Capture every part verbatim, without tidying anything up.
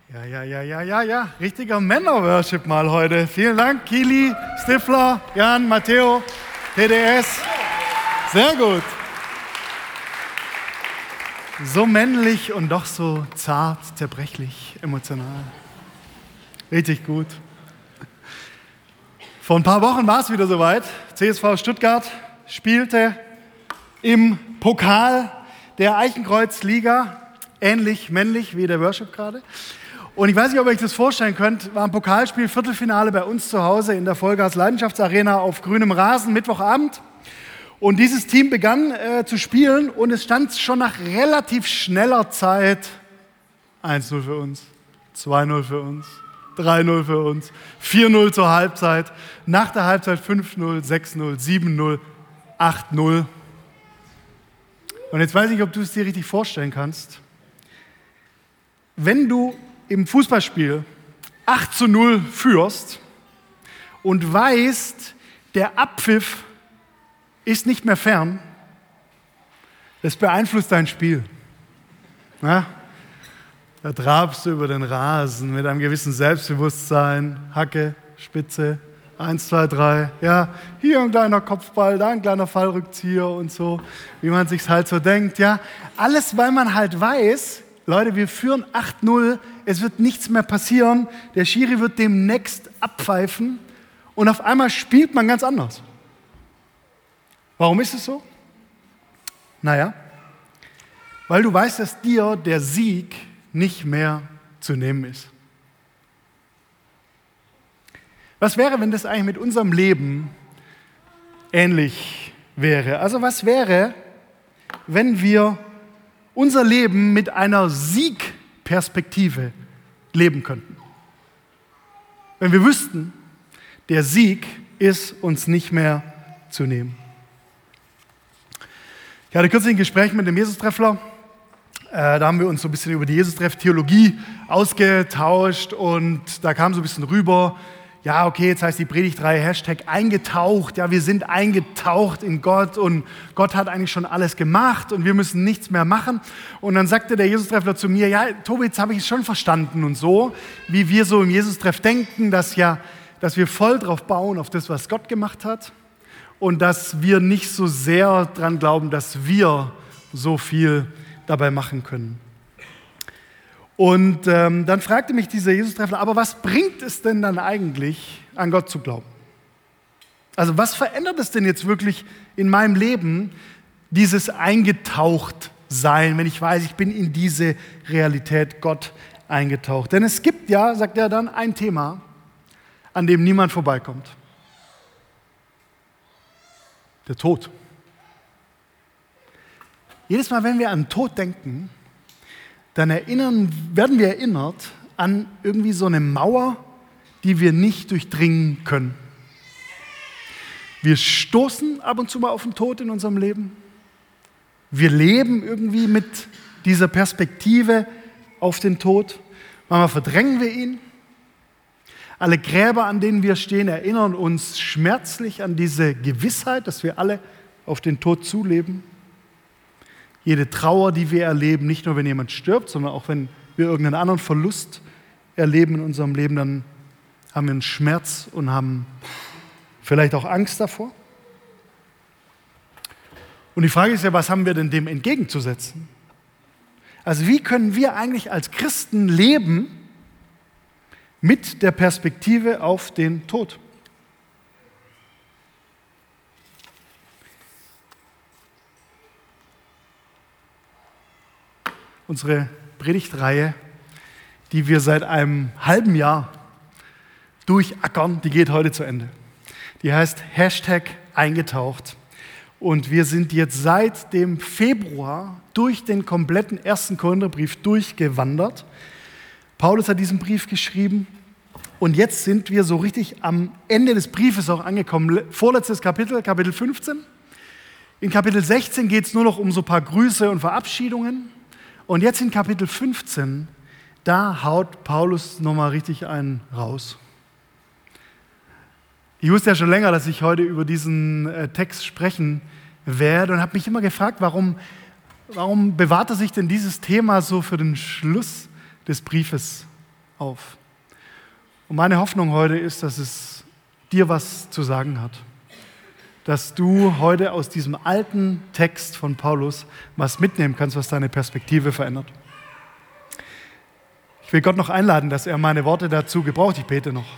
Ja, ja, ja, ja, ja, ja. Richtiger Männer-Worship mal heute. Vielen Dank, Kili, Stifler, Jan, Matteo, T D S. Sehr gut. So männlich und doch so zart, zerbrechlich, emotional. Richtig gut. Vor ein paar Wochen war es wieder soweit. C S V Stuttgart spielte im Pokal der Eichenkreuz-Liga, ähnlich männlich wie der Worship gerade. Und ich weiß nicht, ob ihr euch das vorstellen könnt, war ein Pokalspiel, Viertelfinale bei uns zu Hause in der Vollgas Leidenschaftsarena auf grünem Rasen, Mittwochabend. Und dieses Team begann äh, zu spielen und es stand schon nach relativ schneller Zeit eins null für uns, zwei null für uns, drei null für uns, vier null zur Halbzeit, nach der Halbzeit fünf null, sechs null, sieben null, acht null. Und jetzt weiß ich nicht, ob du es dir richtig vorstellen kannst. Wenn du im Fußballspiel acht zu null führst und weißt, der Abpfiff ist nicht mehr fern, das beeinflusst dein Spiel. Na? Da trabst du über den Rasen mit einem gewissen Selbstbewusstsein, Hacke, Spitze, eins, zwei, drei, ja, hier ein kleiner Kopfball, da ein kleiner Fallrückzieher und so, wie man sich's halt so denkt, ja. Alles, weil man halt weiß, Leute, wir führen acht null, es wird nichts mehr passieren, der Schiri wird demnächst abpfeifen und auf einmal spielt man ganz anders. Warum ist es so? Naja, weil du weißt, dass dir der Sieg nicht mehr zu nehmen ist. Was wäre, wenn das eigentlich mit unserem Leben ähnlich wäre? Also was wäre, wenn wir unser Leben mit einer Siegperspektive leben könnten? Wenn wir wüssten, der Sieg ist uns nicht mehr zu nehmen. Ich hatte kürzlich ein Gespräch mit dem Jesus-Treffler. Äh, da haben wir uns so ein bisschen über die Jesus-Treff-Theologie ausgetauscht und da kam so ein bisschen rüber, ja, okay, jetzt heißt die Predigtreihe Hashtag eingetaucht. Ja, wir sind eingetaucht in Gott und Gott hat eigentlich schon alles gemacht und wir müssen nichts mehr machen. Und dann sagte der Jesus-Treffler zu mir, ja, Tobi, jetzt habe ich es schon verstanden und so, wie wir so im Jesus-Treff denken, dass, ja, dass wir voll drauf bauen, auf das, was Gott gemacht hat und dass wir nicht so sehr dran glauben, dass wir so viel dabei machen können. Und ähm, dann fragte mich dieser Jesus-Treffler, aber was bringt es denn dann eigentlich, an Gott zu glauben? Also was verändert es denn jetzt wirklich in meinem Leben, dieses Eingetauchtsein, wenn ich weiß, ich bin in diese Realität Gott eingetaucht? Denn es gibt ja, sagt er dann, ein Thema, an dem niemand vorbeikommt. Der Tod. Jedes Mal, wenn wir an Tod denken, dann erinnern, werden wir erinnert an irgendwie so eine Mauer, die wir nicht durchdringen können. Wir stoßen ab und zu mal auf den Tod in unserem Leben. Wir leben irgendwie mit dieser Perspektive auf den Tod. Manchmal verdrängen wir ihn. Alle Gräber, an denen wir stehen, erinnern uns schmerzlich an diese Gewissheit, dass wir alle auf den Tod zuleben. Jede Trauer, die wir erleben, nicht nur wenn jemand stirbt, sondern auch wenn wir irgendeinen anderen Verlust erleben in unserem Leben, dann haben wir einen Schmerz und haben vielleicht auch Angst davor. Und die Frage ist ja, was haben wir denn dem entgegenzusetzen? Also wie können wir eigentlich als Christen leben mit der Perspektive auf den Tod? Unsere Predigtreihe, die wir seit einem halben Jahr durchackern, die geht heute zu Ende. Die heißt Hashtag eingetaucht. Und wir sind jetzt seit dem Februar durch den kompletten ersten Korintherbrief durchgewandert. Paulus hat diesen Brief geschrieben und jetzt sind wir so richtig am Ende des Briefes auch angekommen. Vorletztes Kapitel, Kapitel fünfzehn. In Kapitel sechzehn geht es nur noch um so ein paar Grüße und Verabschiedungen. Und jetzt in Kapitel fünfzehn, da haut Paulus nochmal richtig einen raus. Ich wusste ja schon länger, dass ich heute über diesen äh, Text sprechen werde und habe mich immer gefragt, warum, warum bewahrt er sich denn dieses Thema so für den Schluss des Briefes auf. Und meine Hoffnung heute ist, dass es dir was zu sagen hat. Dass du heute aus diesem alten Text von Paulus was mitnehmen kannst, was deine Perspektive verändert. Ich will Gott noch einladen, dass er meine Worte dazu gebraucht. Ich bete noch.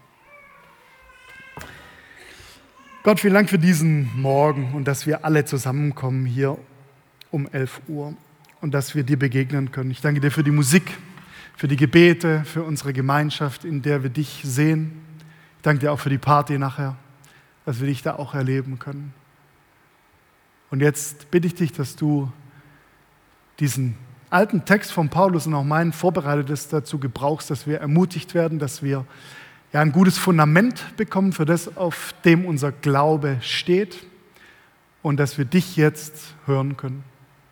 Gott, vielen Dank für diesen Morgen und dass wir alle zusammenkommen hier um elf Uhr und dass wir dir begegnen können. Ich danke dir für die Musik, für die Gebete, für unsere Gemeinschaft, in der wir dich sehen. Ich danke dir auch für die Party nachher, dass wir dich da auch erleben können. Und jetzt bitte ich dich, dass du diesen alten Text von Paulus und auch meinen Vorbereitetes dazu gebrauchst, dass wir ermutigt werden, dass wir ja ein gutes Fundament bekommen für das, auf dem unser Glaube steht und dass wir dich jetzt hören können.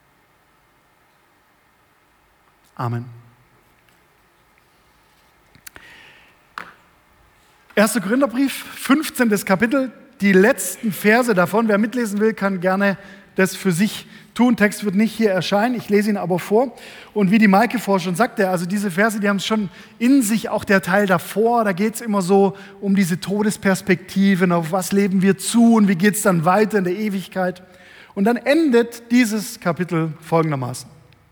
Amen. erster Korintherbrief, fünfzehntes Kapitel, die letzten Verse davon. Wer mitlesen will, kann gerne das für sich tun. Text wird nicht hier erscheinen, ich lese ihn aber vor. Und wie die Maike vorher schon sagte, also diese Verse, die haben es schon in sich, auch der Teil davor, da geht es immer so um diese Todesperspektiven, auf was leben wir zu und wie geht es dann weiter in der Ewigkeit. Und dann endet dieses Kapitel folgendermaßen.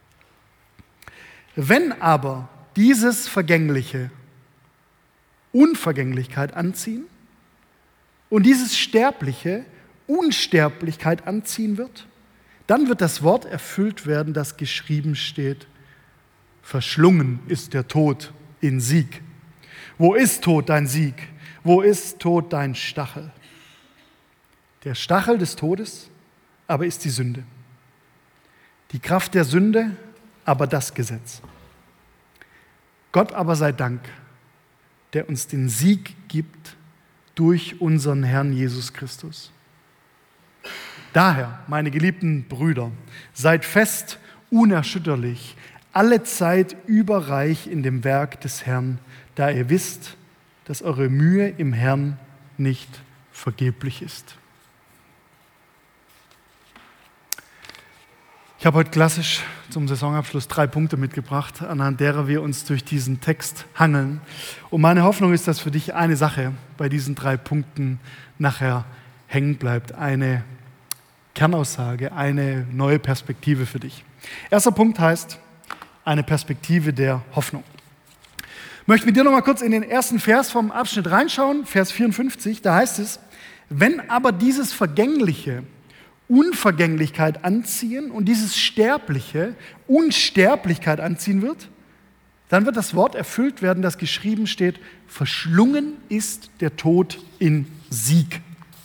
Wenn aber dieses Vergängliche Unvergänglichkeit anziehen und dieses Sterbliche Unsterblichkeit anziehen wird, dann wird das Wort erfüllt werden, das geschrieben steht: Verschlungen ist der Tod in Sieg. Wo ist Tod dein Sieg? Wo ist Tod dein Stachel? Der Stachel des Todes aber ist die Sünde. Die Kraft der Sünde aber das Gesetz. Gott aber sei Dank, der uns den Sieg gibt durch unseren Herrn Jesus Christus. Daher, meine geliebten Brüder, seid fest, unerschütterlich, allezeit überreich in dem Werk des Herrn, da ihr wisst, dass eure Mühe im Herrn nicht vergeblich ist. Ich habe heute klassisch zum Saisonabschluss drei Punkte mitgebracht, anhand derer wir uns durch diesen Text hangeln. Und meine Hoffnung ist, dass für dich eine Sache bei diesen drei Punkten nachher hängen bleibt. Eine Kernaussage, eine neue Perspektive für dich. Erster Punkt heißt, eine Perspektive der Hoffnung. Ich möchte mit dir noch mal kurz in den ersten Vers vom Abschnitt reinschauen, Vers vierundfünfzig. Da heißt es, wenn aber dieses Vergängliche Unvergänglichkeit anziehen und dieses Sterbliche Unsterblichkeit anziehen wird, dann wird das Wort erfüllt werden, das geschrieben steht: Verschlungen ist der Tod in Sieg.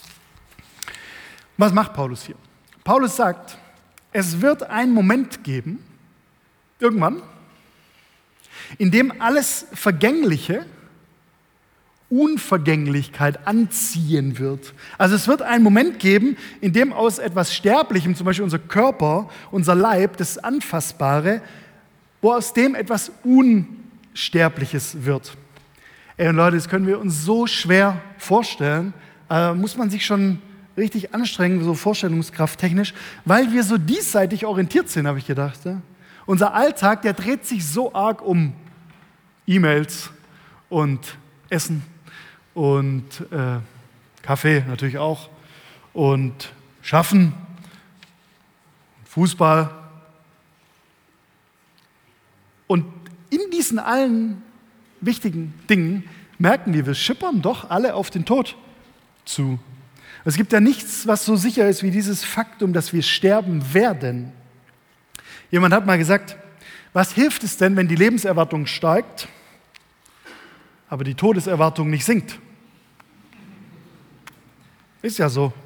Was macht Paulus hier? Paulus sagt, es wird einen Moment geben, irgendwann, in dem alles Vergängliche Unvergänglichkeit anziehen wird. Also es wird einen Moment geben, in dem aus etwas Sterblichem, zum Beispiel unser Körper, unser Leib, das Anfassbare, wo aus dem etwas Unsterbliches wird. Ey, und Leute, das können wir uns so schwer vorstellen, äh, muss man sich schon richtig anstrengen, so vorstellungskrafttechnisch, weil wir so diesseitig orientiert sind, habe ich gedacht. Ja? Unser Alltag, der dreht sich so arg um E-Mails und Essen und äh, Kaffee natürlich auch und Schaffen, Fußball. Und in diesen allen wichtigen Dingen merken wir, wir schippern doch alle auf den Tod zu. Es gibt ja nichts, was so sicher ist wie dieses Faktum, dass wir sterben werden. Jemand hat mal gesagt, was hilft es denn, wenn die Lebenserwartung steigt, aber die Todeserwartung nicht sinkt? Ist ja so.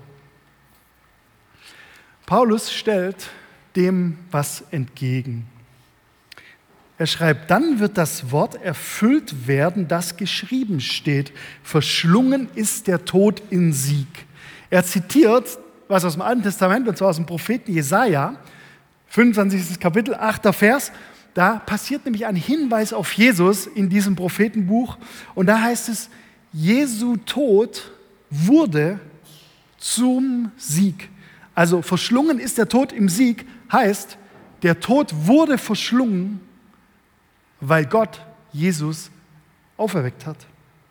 Paulus stellt dem was entgegen. Er schreibt, dann wird das Wort erfüllt werden, das geschrieben steht. Verschlungen ist der Tod in Sieg. Er zitiert was aus dem Alten Testament, und zwar aus dem Propheten Jesaja, fünfundzwanzigstes Kapitel, achter Vers. Da passiert nämlich ein Hinweis auf Jesus in diesem Prophetenbuch. Und da heißt es, Jesu Tod wurde zum Sieg. Also verschlungen ist der Tod im Sieg, heißt, der Tod wurde verschlungen, weil Gott Jesus auferweckt hat.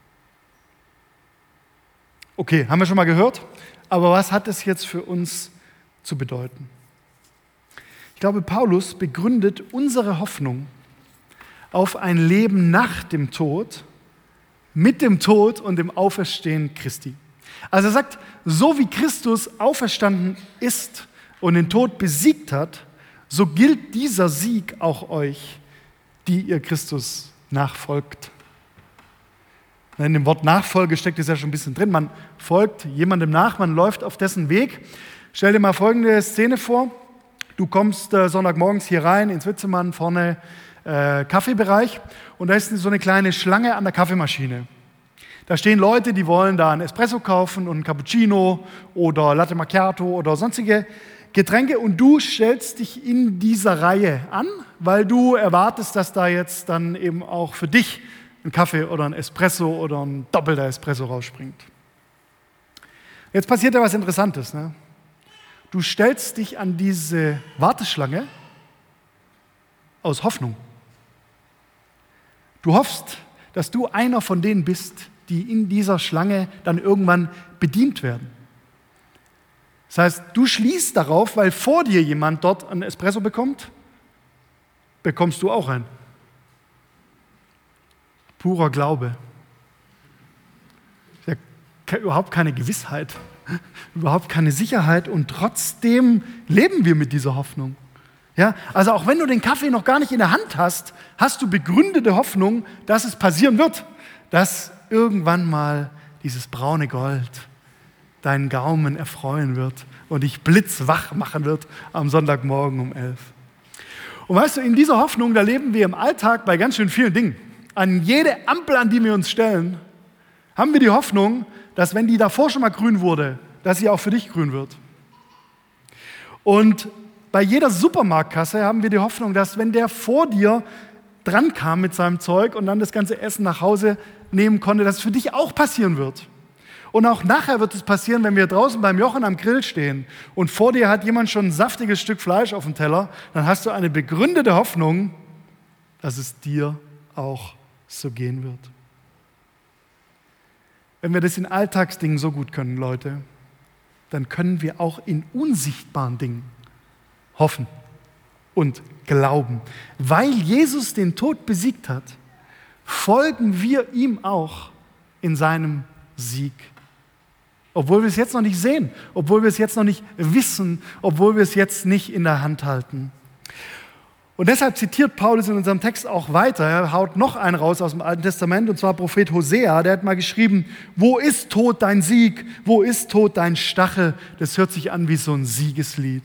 Okay, haben wir schon mal gehört, aber was hat es jetzt für uns zu bedeuten? Ich glaube, Paulus begründet unsere Hoffnung auf ein Leben nach dem Tod, mit dem Tod und dem Auferstehen Christi. Also er sagt, so wie Christus auferstanden ist und den Tod besiegt hat, so gilt dieser Sieg auch euch, die ihr Christus nachfolgt. In dem Wort Nachfolge steckt es ja schon ein bisschen drin. Man folgt jemandem nach, man läuft auf dessen Weg. Stell dir mal folgende Szene vor. Du kommst äh, Sonntagmorgens hier rein ins Witzemann, vorne äh, Kaffeebereich, und da ist so eine kleine Schlange an der Kaffeemaschine. Da stehen Leute, die wollen da einen Espresso kaufen und einen Cappuccino oder Latte Macchiato oder sonstige Getränke, und du stellst dich in dieser Reihe an, weil du erwartest, dass da jetzt dann eben auch für dich ein Kaffee oder ein Espresso oder ein doppelter Espresso rausspringt. Jetzt passiert da was Interessantes. Ne? Du stellst dich an diese Warteschlange aus Hoffnung. Du hoffst, dass du einer von denen bist, die in dieser Schlange dann irgendwann bedient werden. Das heißt, du schließt darauf, weil vor dir jemand dort einen Espresso bekommt, bekommst du auch einen. Purer Glaube. Ja, überhaupt keine Gewissheit, überhaupt keine Sicherheit, und trotzdem leben wir mit dieser Hoffnung. Ja, also auch wenn du den Kaffee noch gar nicht in der Hand hast, hast du begründete Hoffnung, dass es passieren wird, dass irgendwann mal dieses braune Gold deinen Gaumen erfreuen wird und dich blitzwach machen wird am Sonntagmorgen um elf. Und weißt du, in dieser Hoffnung, da leben wir im Alltag bei ganz schön vielen Dingen. An jede Ampel, an die wir uns stellen, haben wir die Hoffnung, dass wenn die davor schon mal grün wurde, dass sie auch für dich grün wird. Und bei jeder Supermarktkasse haben wir die Hoffnung, dass wenn der vor dir dran kam mit seinem Zeug und dann das ganze Essen nach Hause nehmen konnte, dass es für dich auch passieren wird. Und auch nachher wird es passieren, wenn wir draußen beim Jochen am Grill stehen und vor dir hat jemand schon ein saftiges Stück Fleisch auf dem Teller, dann hast du eine begründete Hoffnung, dass es dir auch so gehen wird. Wenn wir das in Alltagsdingen so gut können, Leute, dann können wir auch in unsichtbaren Dingen hoffen und glauben. Weil Jesus den Tod besiegt hat, folgen wir ihm auch in seinem Sieg. Obwohl wir es jetzt noch nicht sehen, obwohl wir es jetzt noch nicht wissen, obwohl wir es jetzt nicht in der Hand halten. Und deshalb zitiert Paulus in unserem Text auch weiter. Er haut noch einen raus aus dem Alten Testament, und zwar Prophet Hosea. Der hat mal geschrieben, wo ist Tod dein Sieg? Wo ist Tod dein Stachel? Das hört sich an wie so ein Siegeslied.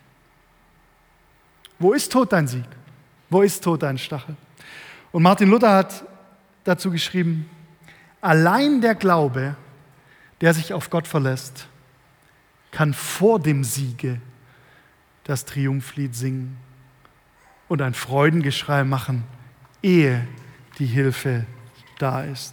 Wo ist Tod dein Sieg? Wo ist Tod dein Stachel? Und Martin Luther hat dazu geschrieben, allein der Glaube, der sich auf Gott verlässt, kann vor dem Siege das Triumphlied singen und ein Freudengeschrei machen, ehe die Hilfe da ist.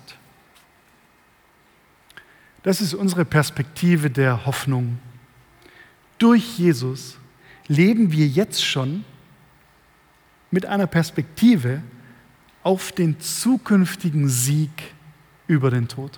Das ist unsere Perspektive der Hoffnung. Durch Jesus leben wir jetzt schon mit einer Perspektive auf den zukünftigen Sieg über den Tod.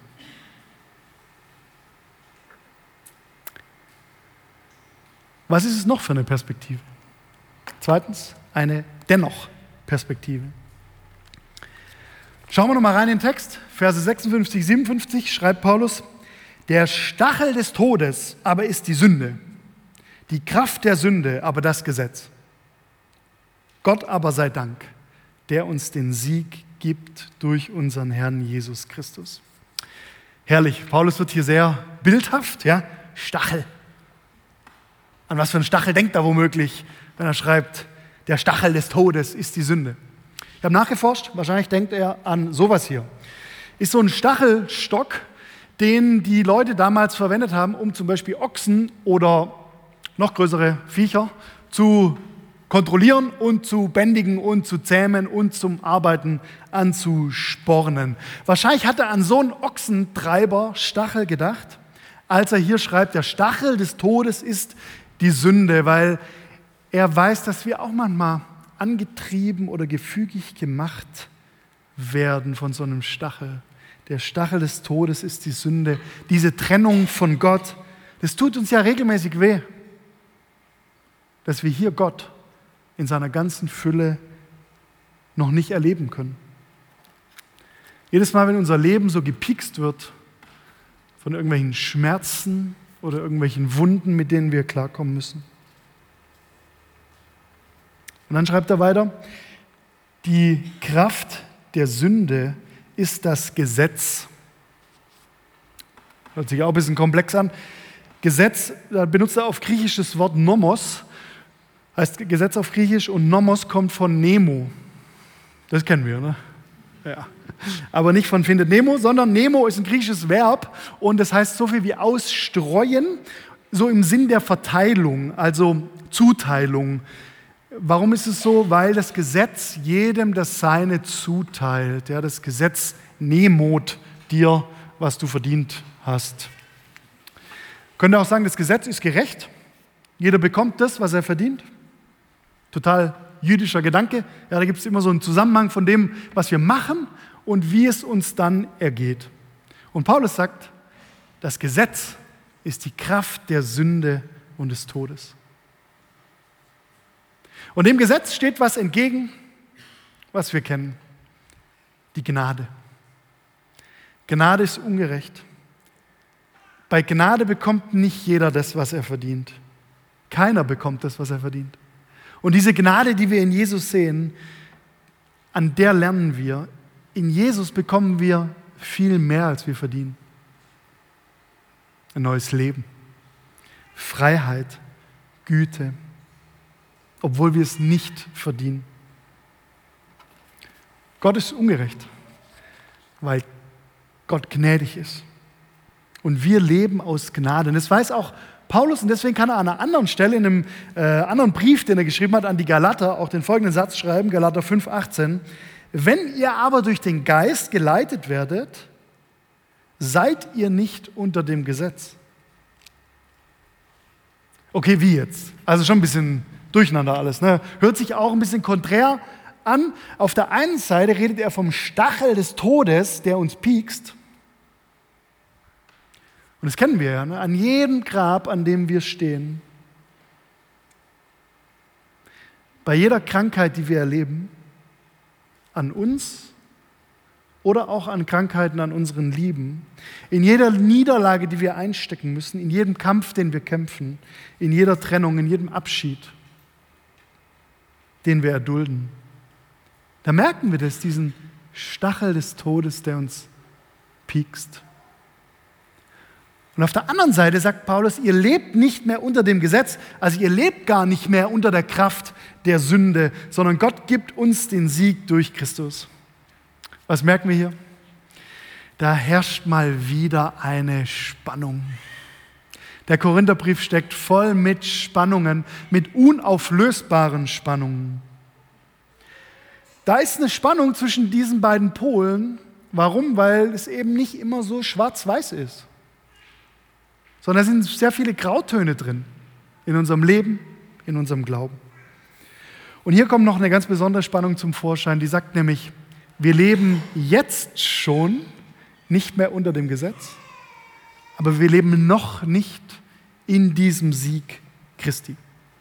Was ist es noch für eine Perspektive? Zweitens, eine Dennoch-Perspektive. Schauen wir noch mal rein in den Text. Verse sechsundfünfzig, siebenundfünfzig schreibt Paulus, der Stachel des Todes aber ist die Sünde, die Kraft der Sünde aber das Gesetz. Gott aber sei Dank, der uns den Sieg gibt durch unseren Herrn Jesus Christus. Herrlich, Paulus wird hier sehr bildhaft, ja? Stachel. An was für einen Stachel denkt er womöglich, wenn er schreibt, der Stachel des Todes ist die Sünde. Ich habe nachgeforscht, wahrscheinlich denkt er an sowas hier. Ist so ein Stachelstock, den die Leute damals verwendet haben, um zum Beispiel Ochsen oder noch größere Viecher zu kontrollieren und zu bändigen und zu zähmen und zum Arbeiten anzuspornen. Wahrscheinlich hat er an so einen Ochsentreiber-Stachel gedacht, als er hier schreibt, der Stachel des Todes ist die Sünde, weil er weiß, dass wir auch manchmal angetrieben oder gefügig gemacht werden von so einem Stachel. Der Stachel des Todes ist die Sünde. Diese Trennung von Gott, das tut uns ja regelmäßig weh, dass wir hier Gott in seiner ganzen Fülle noch nicht erleben können. Jedes Mal, wenn unser Leben so gepikst wird von irgendwelchen Schmerzen oder irgendwelchen Wunden, mit denen wir klarkommen müssen. Und dann schreibt er weiter, die Kraft der Sünde ist das Gesetz. Hört sich auch ein bisschen komplex an. Gesetz, da benutzt er auf Griechisch das Wort Nomos, heißt Gesetz auf Griechisch, und Nomos kommt von Nemo. Das kennen wir, ne? Ja. Aber nicht von Findet Nemo, sondern Nemo ist ein griechisches Verb und das heißt so viel wie ausstreuen, so im Sinn der Verteilung, also Zuteilung. Warum ist es so? Weil das Gesetz jedem das Seine zuteilt. Ja, das Gesetz nemot dir, was du verdient hast. Könnte auch sagen, das Gesetz ist gerecht. Jeder bekommt das, was er verdient. Total jüdischer Gedanke. Ja, da gibt es immer so einen Zusammenhang von dem, was wir machen und wie es uns dann ergeht. Und Paulus sagt, das Gesetz ist die Kraft der Sünde und des Todes. Und dem Gesetz steht was entgegen, was wir kennen. Die Gnade. Gnade ist ungerecht. Bei Gnade bekommt nicht jeder das, was er verdient. Keiner bekommt das, was er verdient. Und diese Gnade, die wir in Jesus sehen, an der lernen wir. In Jesus bekommen wir viel mehr, als wir verdienen. Ein neues Leben, Freiheit, Güte, obwohl wir es nicht verdienen. Gott ist ungerecht, weil Gott gnädig ist. Und wir leben aus Gnade. Und das weiß auch Paulus, und deswegen kann er an einer anderen Stelle, in einem äh, anderen Brief, den er geschrieben hat an die Galater, auch den folgenden Satz schreiben, Galater fünf, achtzehn. Wenn ihr aber durch den Geist geleitet werdet, seid ihr nicht unter dem Gesetz. Okay, wie jetzt? Also schon ein bisschen durcheinander alles. Ne? Hört sich auch ein bisschen konträr an. Auf der einen Seite redet er vom Stachel des Todes, der uns piekst. Und das kennen wir ja, ne? An jedem Grab, an dem wir stehen. Bei jeder Krankheit, die wir erleben, an uns oder auch an Krankheiten an unseren Lieben, in jeder Niederlage, die wir einstecken müssen, in jedem Kampf, den wir kämpfen, in jeder Trennung, in jedem Abschied, den wir erdulden. Da merken wir das, diesen Stachel des Todes, der uns piekst. Und auf der anderen Seite sagt Paulus, ihr lebt nicht mehr unter dem Gesetz, also ihr lebt gar nicht mehr unter der Kraft der Sünde, sondern Gott gibt uns den Sieg durch Christus. Was merken wir hier? Da herrscht mal wieder eine Spannung. Der Korintherbrief steckt voll mit Spannungen, mit unauflösbaren Spannungen. Da ist eine Spannung zwischen diesen beiden Polen. Warum? Weil es eben nicht immer so schwarz-weiß ist, sondern da sind sehr viele Grautöne drin in unserem Leben, in unserem Glauben. Und hier kommt noch eine ganz besondere Spannung zum Vorschein, die sagt nämlich, wir leben jetzt schon nicht mehr unter dem Gesetz, aber wir leben noch nicht in diesem Sieg Christi.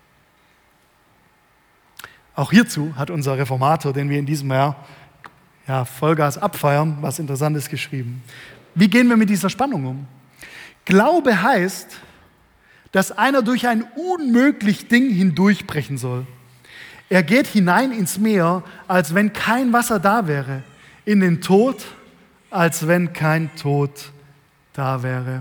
Auch hierzu hat unser Reformator, den wir in diesem Jahr ja, Vollgas abfeiern, was Interessantes geschrieben. Wie gehen wir mit dieser Spannung um? Glaube heißt, dass einer durch ein unmöglich Ding hindurchbrechen soll. Er geht hinein ins Meer, als wenn kein Wasser da wäre, in den Tod, als wenn kein Tod da wäre.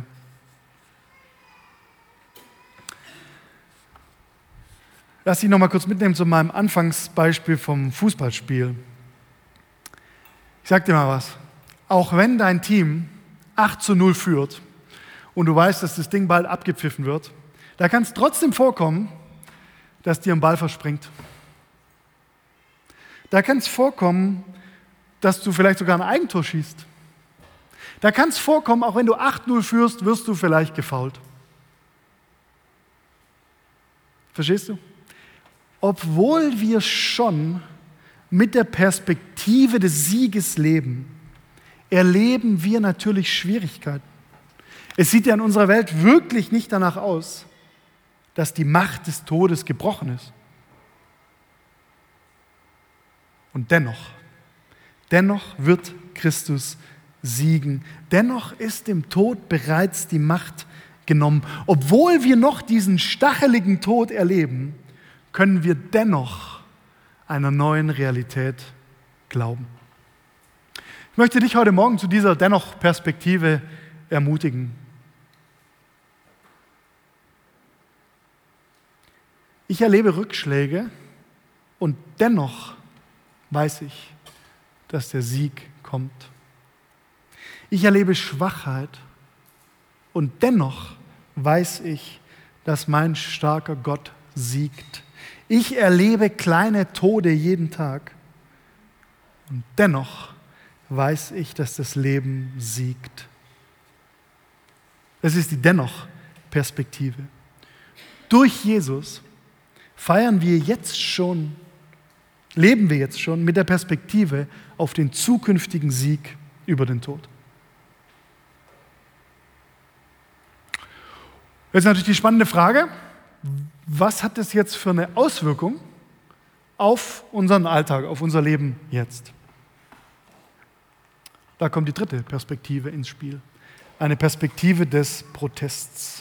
Lass mich noch mal kurz mitnehmen zu meinem Anfangsbeispiel vom Fußballspiel. Ich sag dir mal was. Auch wenn dein Team acht zu null führt und du weißt, dass das Ding bald abgepfiffen wird, da kann es trotzdem vorkommen, dass dir ein Ball verspringt. Da kann es vorkommen, dass du vielleicht sogar ein Eigentor schießt. Da kann es vorkommen, auch wenn du acht null führst, wirst du vielleicht gefoult. Verstehst du? Obwohl wir schon mit der Perspektive des Sieges leben, erleben wir natürlich Schwierigkeiten. Es sieht ja in unserer Welt wirklich nicht danach aus, dass die Macht des Todes gebrochen ist. Und dennoch, dennoch wird Christus siegen. Dennoch ist dem Tod bereits die Macht genommen. Obwohl wir noch diesen stacheligen Tod erleben, können wir dennoch einer neuen Realität glauben. Ich möchte dich heute Morgen zu dieser Dennoch-Perspektive ermutigen. Ich erlebe Rückschläge und dennoch weiß ich, dass der Sieg kommt. Ich erlebe Schwachheit und dennoch weiß ich, dass mein starker Gott siegt. Ich erlebe kleine Tode jeden Tag und dennoch weiß ich, dass das Leben siegt. Das ist die Dennoch-Perspektive. Durch Jesus feiern wir jetzt schon, leben wir jetzt schon mit der Perspektive auf den zukünftigen Sieg über den Tod. Jetzt natürlich die spannende Frage, was hat das jetzt für eine Auswirkung auf unseren Alltag, auf unser Leben jetzt? Da kommt die dritte Perspektive ins Spiel, eine Perspektive des Protests.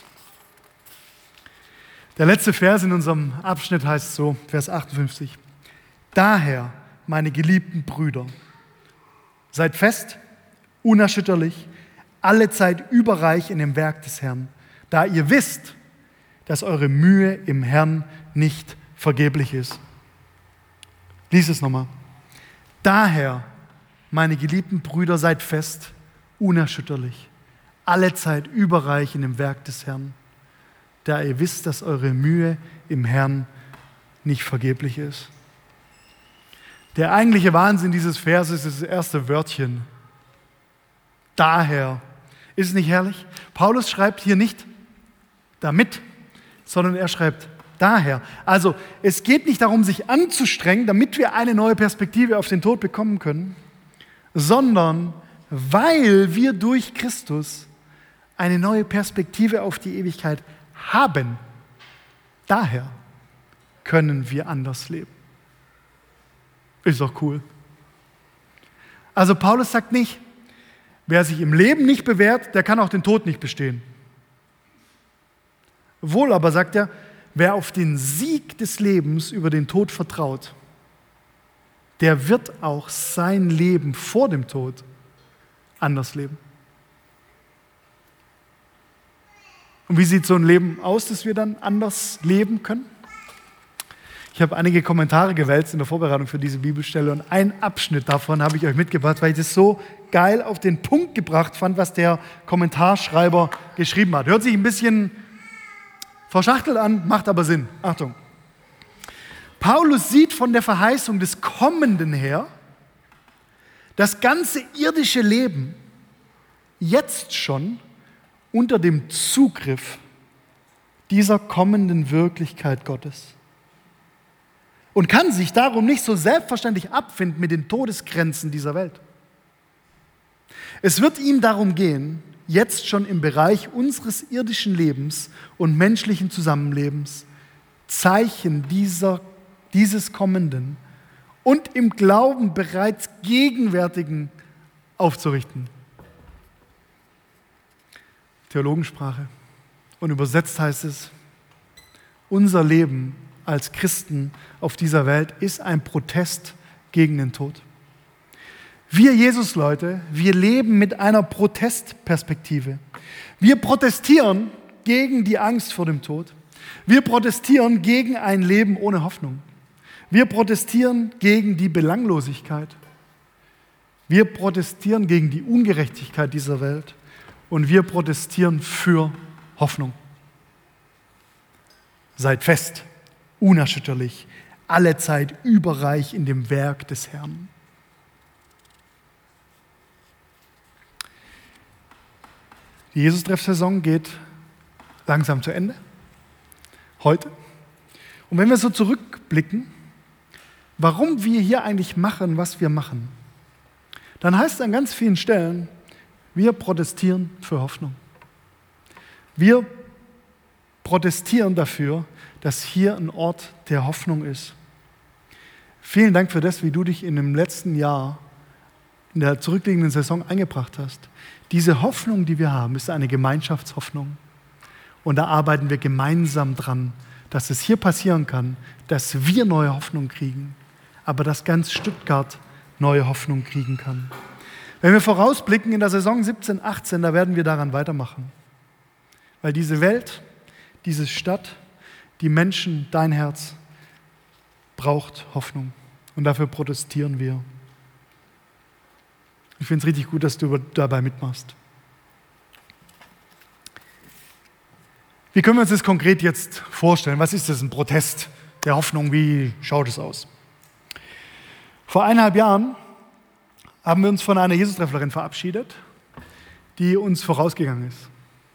Der letzte Vers in unserem Abschnitt heißt so, Vers achtundfünfzig. Daher, meine geliebten Brüder, seid fest, unerschütterlich, allezeit überreich in dem Werk des Herrn, da ihr wisst, dass eure Mühe im Herrn nicht vergeblich ist. Lies es nochmal. Daher, meine geliebten Brüder, seid fest, unerschütterlich, allezeit überreich in dem Werk des Herrn, da ihr wisst, dass eure Mühe im Herrn nicht vergeblich ist. Der eigentliche Wahnsinn dieses Verses ist das erste Wörtchen. Daher. Ist es nicht herrlich? Paulus schreibt hier nicht damit, sondern er schreibt daher. Also es geht nicht darum, sich anzustrengen, damit wir eine neue Perspektive auf den Tod bekommen können, sondern weil wir durch Christus eine neue Perspektive auf die Ewigkeit haben. Daher können wir anders leben. Ist doch cool. Also Paulus sagt nicht, wer sich im Leben nicht bewährt, der kann auch den Tod nicht bestehen. Wohl aber sagt er, wer auf den Sieg des Lebens über den Tod vertraut, der wird auch sein Leben vor dem Tod anders leben. Und wie sieht so ein Leben aus, das wir dann anders leben können? Ich habe einige Kommentare gewälzt in der Vorbereitung für diese Bibelstelle und einen Abschnitt davon habe ich euch mitgebracht, weil ich das so geil auf den Punkt gebracht fand, was der Kommentarschreiber geschrieben hat. Hört sich ein bisschen verschachtelt an, macht aber Sinn. Achtung. Paulus sieht von der Verheißung des Kommenden her das ganze irdische Leben jetzt schon unter dem Zugriff dieser kommenden Wirklichkeit Gottes und kann sich darum nicht so selbstverständlich abfinden mit den Todesgrenzen dieser Welt. Es wird ihm darum gehen, jetzt schon im Bereich unseres irdischen Lebens und menschlichen Zusammenlebens Zeichen dieser, dieses Kommenden und im Glauben bereits Gegenwärtigen aufzurichten. Theologensprache. Und übersetzt heißt es, unser Leben als Christen auf dieser Welt ist ein Protest gegen den Tod. Wir Jesus-Leute, wir leben mit einer Protestperspektive. Wir protestieren gegen die Angst vor dem Tod. Wir protestieren gegen ein Leben ohne Hoffnung. Wir protestieren gegen die Belanglosigkeit. Wir protestieren gegen die Ungerechtigkeit dieser Welt. Und wir protestieren für Hoffnung. Seid fest, unerschütterlich, allezeit überreich in dem Werk des Herrn. Die Jesus-Treff-Saison geht langsam zu Ende, heute. Und wenn wir so zurückblicken, warum wir hier eigentlich machen, was wir machen, dann heißt es an ganz vielen Stellen, wir protestieren für Hoffnung. Wir protestieren dafür, dass hier ein Ort der Hoffnung ist. Vielen Dank für das, wie du dich in dem letzten Jahr, in der zurückliegenden Saison eingebracht hast. Diese Hoffnung, die wir haben, ist eine Gemeinschaftshoffnung. Und da arbeiten wir gemeinsam dran, dass es hier passieren kann, dass wir neue Hoffnung kriegen, aber dass ganz Stuttgart neue Hoffnung kriegen kann. Wenn wir vorausblicken in der Saison siebzehn, achtzehn, da werden wir daran weitermachen. Weil diese Welt, diese Stadt, die Menschen, dein Herz braucht Hoffnung. Und dafür protestieren wir. Ich finde es richtig gut, dass du dabei mitmachst. Wie können wir uns das konkret jetzt vorstellen? Was ist das, ein Protest der Hoffnung? Wie schaut es aus? Vor eineinhalb Jahren haben wir uns von einer Jesus-Trefflerin verabschiedet, die uns vorausgegangen ist.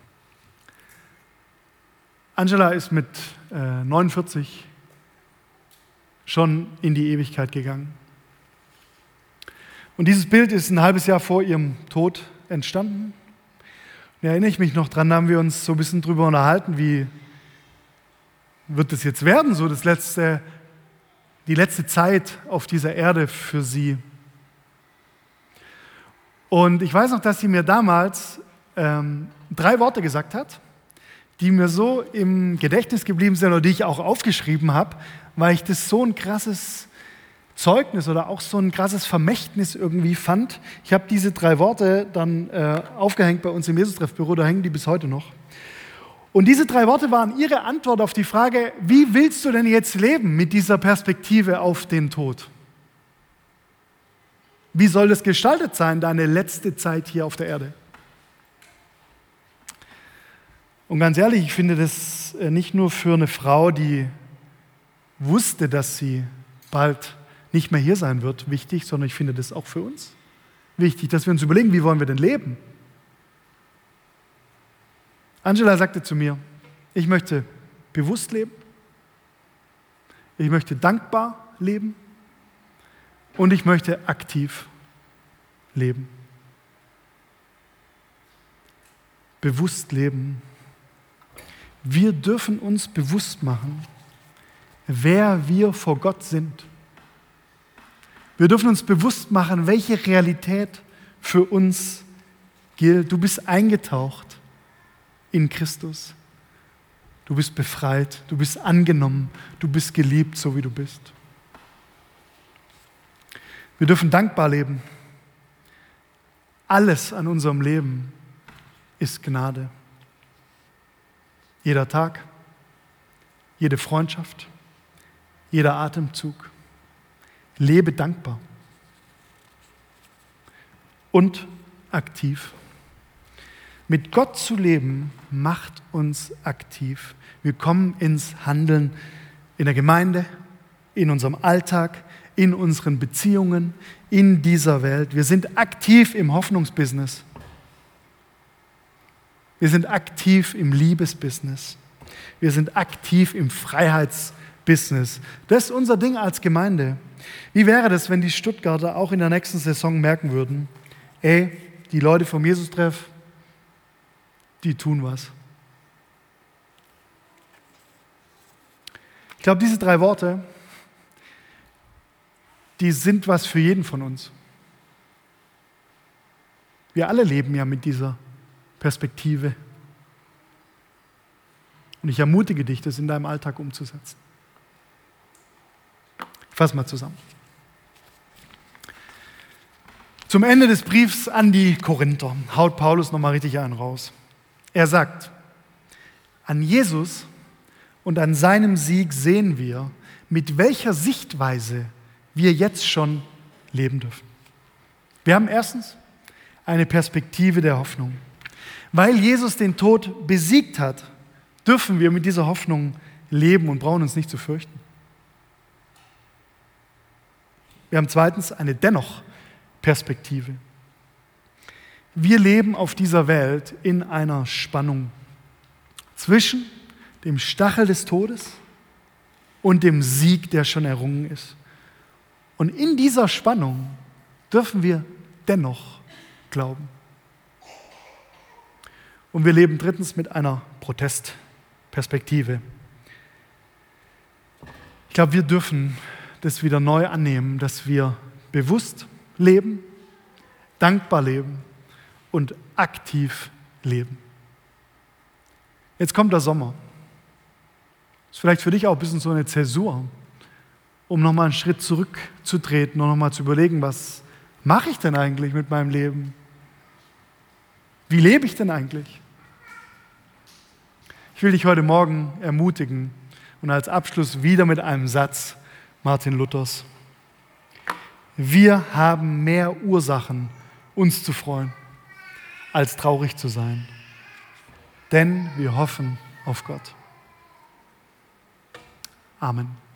Angela ist mit äh, neunundvierzig schon in die Ewigkeit gegangen. Und dieses Bild ist ein halbes Jahr vor ihrem Tod entstanden. Da erinnere ich mich noch dran, da haben wir uns so ein bisschen drüber unterhalten, wie wird das jetzt werden, so das letzte, die letzte Zeit auf dieser Erde für sie. Und ich weiß noch, dass sie mir damals ähm, drei Worte gesagt hat, die mir so im Gedächtnis geblieben sind oder die ich auch aufgeschrieben habe, weil ich das so ein krasses Zeugnis oder auch so ein krasses Vermächtnis irgendwie fand. Ich habe diese drei Worte dann äh, aufgehängt bei uns im Jesus-Treffbüro, da hängen die bis heute noch. Und diese drei Worte waren ihre Antwort auf die Frage, wie willst du denn jetzt leben mit dieser Perspektive auf den Tod? Wie soll das gestaltet sein, deine letzte Zeit hier auf der Erde? Und ganz ehrlich, ich finde das nicht nur für eine Frau, die wusste, dass sie bald nicht mehr hier sein wird, wichtig, sondern ich finde das auch für uns wichtig, dass wir uns überlegen, wie wollen wir denn leben? Angela sagte zu mir, ich möchte bewusst leben, ich möchte dankbar leben und ich möchte aktiv leben. Bewusst leben. Wir dürfen uns bewusst machen, wer wir vor Gott sind. Wir dürfen uns bewusst machen, welche Realität für uns gilt. Du bist eingetaucht in Christus. Du bist befreit, du bist angenommen, du bist geliebt, so wie du bist. Wir dürfen dankbar leben. Alles an unserem Leben ist Gnade. Jeder Tag, jede Freundschaft, jeder Atemzug. Lebe dankbar und aktiv. Mit Gott zu leben macht uns aktiv. Wir kommen ins Handeln in der Gemeinde, in unserem Alltag, in unseren Beziehungen, in dieser Welt. Wir sind aktiv im Hoffnungsbusiness. Wir sind aktiv im Liebesbusiness. Wir sind aktiv im Freiheitsbusiness. Das ist unser Ding als Gemeinde. Wie wäre das, wenn die Stuttgarter auch in der nächsten Saison merken würden, ey, die Leute vom Jesus-Treff, die tun was. Ich glaube, diese drei Worte, die sind was für jeden von uns. Wir alle leben ja mit dieser Perspektive. Und ich ermutige dich, das in deinem Alltag umzusetzen. Fass mal zusammen. Zum Ende des Briefs an die Korinther haut Paulus nochmal richtig einen raus. Er sagt, an Jesus und an seinem Sieg sehen wir, mit welcher Sichtweise wir jetzt schon leben dürfen. Wir haben erstens eine Perspektive der Hoffnung. Weil Jesus den Tod besiegt hat, dürfen wir mit dieser Hoffnung leben und brauchen uns nicht zu fürchten. Wir haben zweitens eine Dennoch-Perspektive. Wir leben auf dieser Welt in einer Spannung zwischen dem Stachel des Todes und dem Sieg, der schon errungen ist. Und in dieser Spannung dürfen wir dennoch glauben. Und wir leben drittens mit einer Protestperspektive. Ich glaube, wir dürfen das wieder neu annehmen, dass wir bewusst leben, dankbar leben und aktiv leben. Jetzt kommt der Sommer. Ist vielleicht für dich auch ein bisschen so eine Zäsur, um nochmal einen Schritt zurückzutreten und nochmal zu überlegen, was mache ich denn eigentlich mit meinem Leben? Wie lebe ich denn eigentlich? Ich will dich heute Morgen ermutigen und als Abschluss wieder mit einem Satz Martin Luthers. Wir haben mehr Ursachen, uns zu freuen, als traurig zu sein. Denn wir hoffen auf Gott. Amen.